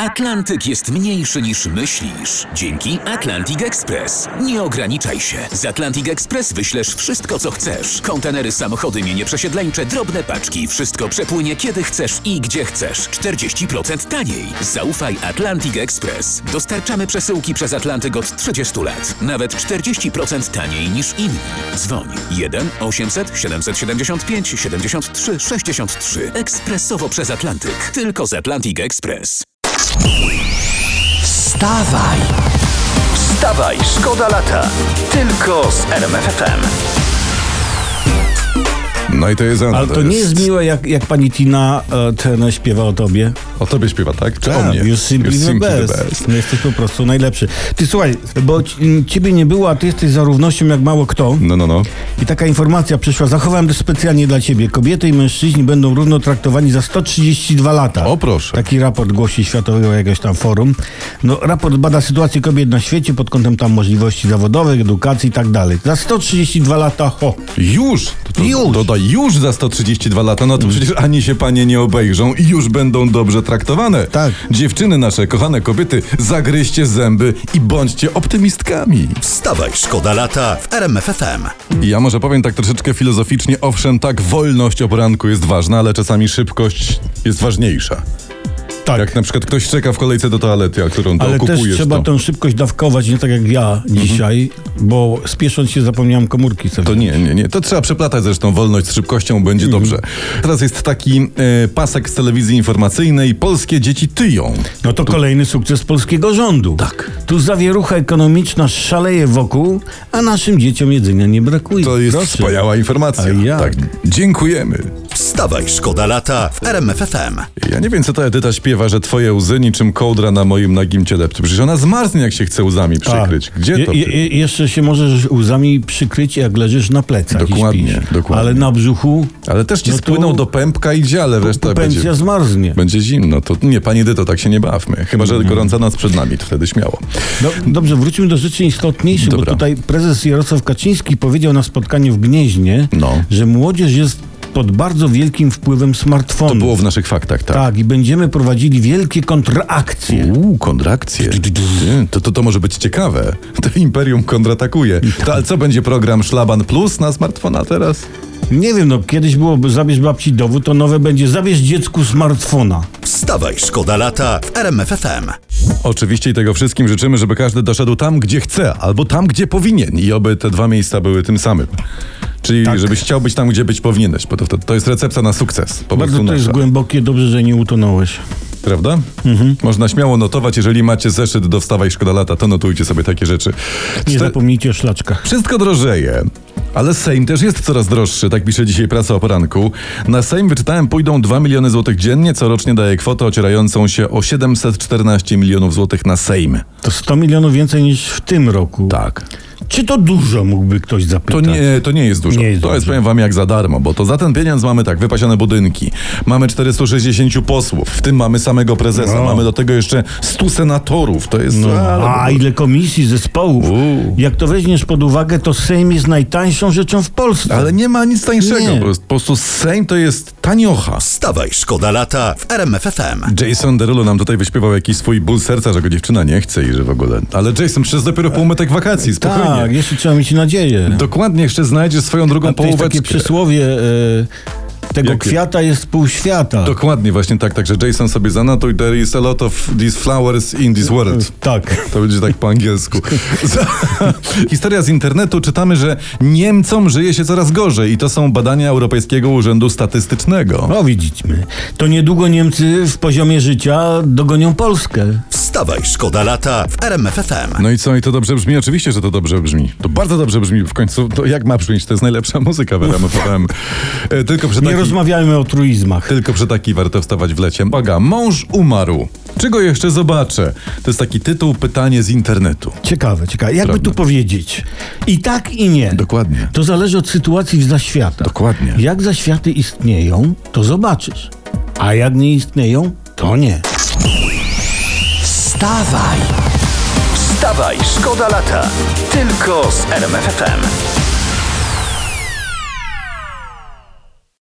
Atlantyk jest mniejszy niż myślisz. Dzięki Atlantic Express. Nie ograniczaj się. Z Atlantic Express wyślesz wszystko, co chcesz. Kontenery, samochody, mienie przesiedleńcze, drobne paczki. Wszystko przepłynie kiedy chcesz i gdzie chcesz. 40% taniej. Zaufaj Atlantic Express. Dostarczamy przesyłki przez Atlantyk od 30 lat. Nawet 40% taniej niż inni. Dzwoń 1 800 775 73 63. Ekspresowo przez Atlantyk. Tylko z Atlantic Express. Wstawaj! Wstawaj, szkoda lata. Tylko z RMF FM. No i to jest ona. Ale to nie jest miłe, jak pani Tina Turner śpiewa o tobie. O tobie śpiewa, tak? Czy o mnie? You're simply the best. No jesteś po prostu najlepszy. Ty słuchaj, bo ciebie nie było, a ty jesteś za równością jak mało kto. No. I taka informacja przyszła, zachowałem to specjalnie dla ciebie. Kobiety i mężczyźni będą równo traktowani za 132 lata. O proszę. Taki raport głosi Światowego jakiegoś tam forum. No raport bada sytuację kobiet na świecie pod kątem tam możliwości zawodowych, edukacji i tak dalej. Za 132 lata, Już? Już. Dodaj już za 132 lata, no to przecież ani się panie nie obejrzą i już będą dobrze traktowane. Tak. Dziewczyny nasze, kochane kobiety, zagryźcie zęby i bądźcie optymistkami. Wstawaj, szkoda lata w RMF FM. I ja może powiem tak troszeczkę filozoficznie, owszem, tak, wolność o poranku jest ważna, ale czasami szybkość jest ważniejsza. Tak. Jak na przykład ktoś czeka w kolejce do toalety, a którą to Ale też okupujesz, trzeba to... tę szybkość dawkować, nie tak jak ja dzisiaj, bo spiesząc się zapomniałem komórki sobie. To nie. To trzeba przeplatać zresztą wolność z szybkością, będzie dobrze. Teraz jest taki pasek z telewizji informacyjnej. Polskie dzieci tyją. No to kolejny sukces polskiego rządu. Tak. Tu zawierucha ekonomiczna szaleje wokół, a naszym dzieciom jedzenia nie brakuje. To jest Proszę. wspaniała informacja. A ja? Tak, dziękujemy. Wstawaj, szkoda lata w RMF FM. Ja nie wiem, co ta Edyta śpiewa, że twoje łzy niczym kołdra na moim nagim ciele. Przecież ona zmarznie, jak się chce łzami przykryć. Gdzie to? Jeszcze się możesz łzami przykryć, jak leżysz na plecach. Dokładnie. Ale na brzuchu... Ale też ci no to spłyną do pępka i idzie, ale reszta pensja zmarznie. będzie zimno. To nie, pani Edyto, tak się nie bawmy. Chyba, że gorąca noc przed nami, to wtedy śmiało. Dobrze, wróćmy do rzeczy istotniejszych, Dobra. bo tutaj prezes Jarosław Kaczyński powiedział na spotkaniu w Gnieźnie, No. że młodzież jest pod bardzo wielkim wpływem smartfonów. To było w naszych faktach, tak? Tak, i będziemy prowadzili wielkie kontrakcje. Kontrakcje. To może być ciekawe. To Imperium kontratakuje. To, ale co będzie program Szlaban Plus na smartfona teraz? Nie wiem, kiedyś było zabierz babci dowód, to nowe będzie zabierz dziecku smartfona. Wstawaj, szkoda lata w RMF FM. Oczywiście i tego wszystkim życzymy, żeby każdy doszedł tam, gdzie chce, albo tam, gdzie powinien i oby te dwa miejsca były tym samym. Czyli żebyś chciał być tam, gdzie być powinieneś, bo to jest recepta na sukces. Po Bardzo prostu to jest nasza. głębokie, dobrze, że nie utonąłeś. Prawda? Można śmiało notować, jeżeli macie zeszyt do Wstawaj Szkoda Lata, to notujcie sobie takie rzeczy. Nie zapomnijcie o szlaczkach. Wszystko drożeje, ale Sejm też jest coraz droższy, tak pisze dzisiaj prasa o poranku. Na Sejm, wyczytałem, pójdą 2 miliony złotych dziennie, co rocznie daje kwotę ocierającą się o 714 milionów złotych na Sejm. To 100 milionów więcej niż w tym roku. Tak. Czy to dużo, mógłby ktoś zapytać? To nie jest dużo. Nie jest to jest, dużo. powiem wam, jak za darmo, bo to za ten pieniądz mamy tak, wypasione budynki, mamy 460 posłów, w tym mamy samego prezesa, No. mamy do tego jeszcze 100 senatorów, to jest... A ile komisji, zespołów. Jak to weźmiesz pod uwagę, to Sejm jest najtańszą rzeczą w Polsce. Ale nie ma nic tańszego, Nie. po prostu Sejm to jest taniocha. Wstawaj, szkoda lata w RMF FM. Jason Derulo nam tutaj wyśpiewał jakiś swój ból serca, że go dziewczyna nie chce i że w ogóle... Ale Jason, przecież dopiero półmetek wakacji, spokojnie. Tak, jeszcze trzeba mieć nadzieję. Dokładnie, jeszcze znajdziesz swoją drugą A to jest połóweczkę. takie przysłowie, tego Jakie? kwiata jest pół świata. Dokładnie, właśnie tak, także Jason sobie zanotuj, there is a lot of these flowers in this world. Tak. To będzie tak po angielsku. Historia z internetu, czytamy, że Niemcom żyje się coraz gorzej i to są badania Europejskiego Urzędu Statystycznego. No widzimy. To niedługo Niemcy w poziomie życia dogonią Polskę. Wstawaj, szkoda lata w RMF FM. No i co? I to dobrze brzmi? Oczywiście, że to dobrze brzmi. To bardzo dobrze brzmi. W końcu, to jak ma brzmieć? To jest najlepsza muzyka w RMF FM. Nie rozmawiajmy o truizmach. Tylko przy takiej warto wstawać w lecie. Uwaga, mąż umarł. Czego jeszcze zobaczę? To jest taki tytuł, pytanie z internetu. Ciekawe. Jakby Prawda. tu powiedzieć? I tak, i nie. Dokładnie. To zależy od sytuacji w zaświatach. Dokładnie. Jak zaświaty istnieją, to zobaczysz. A jak nie istnieją, to nie. Wstawaj, szkoda lata. Tylko z RMF FM.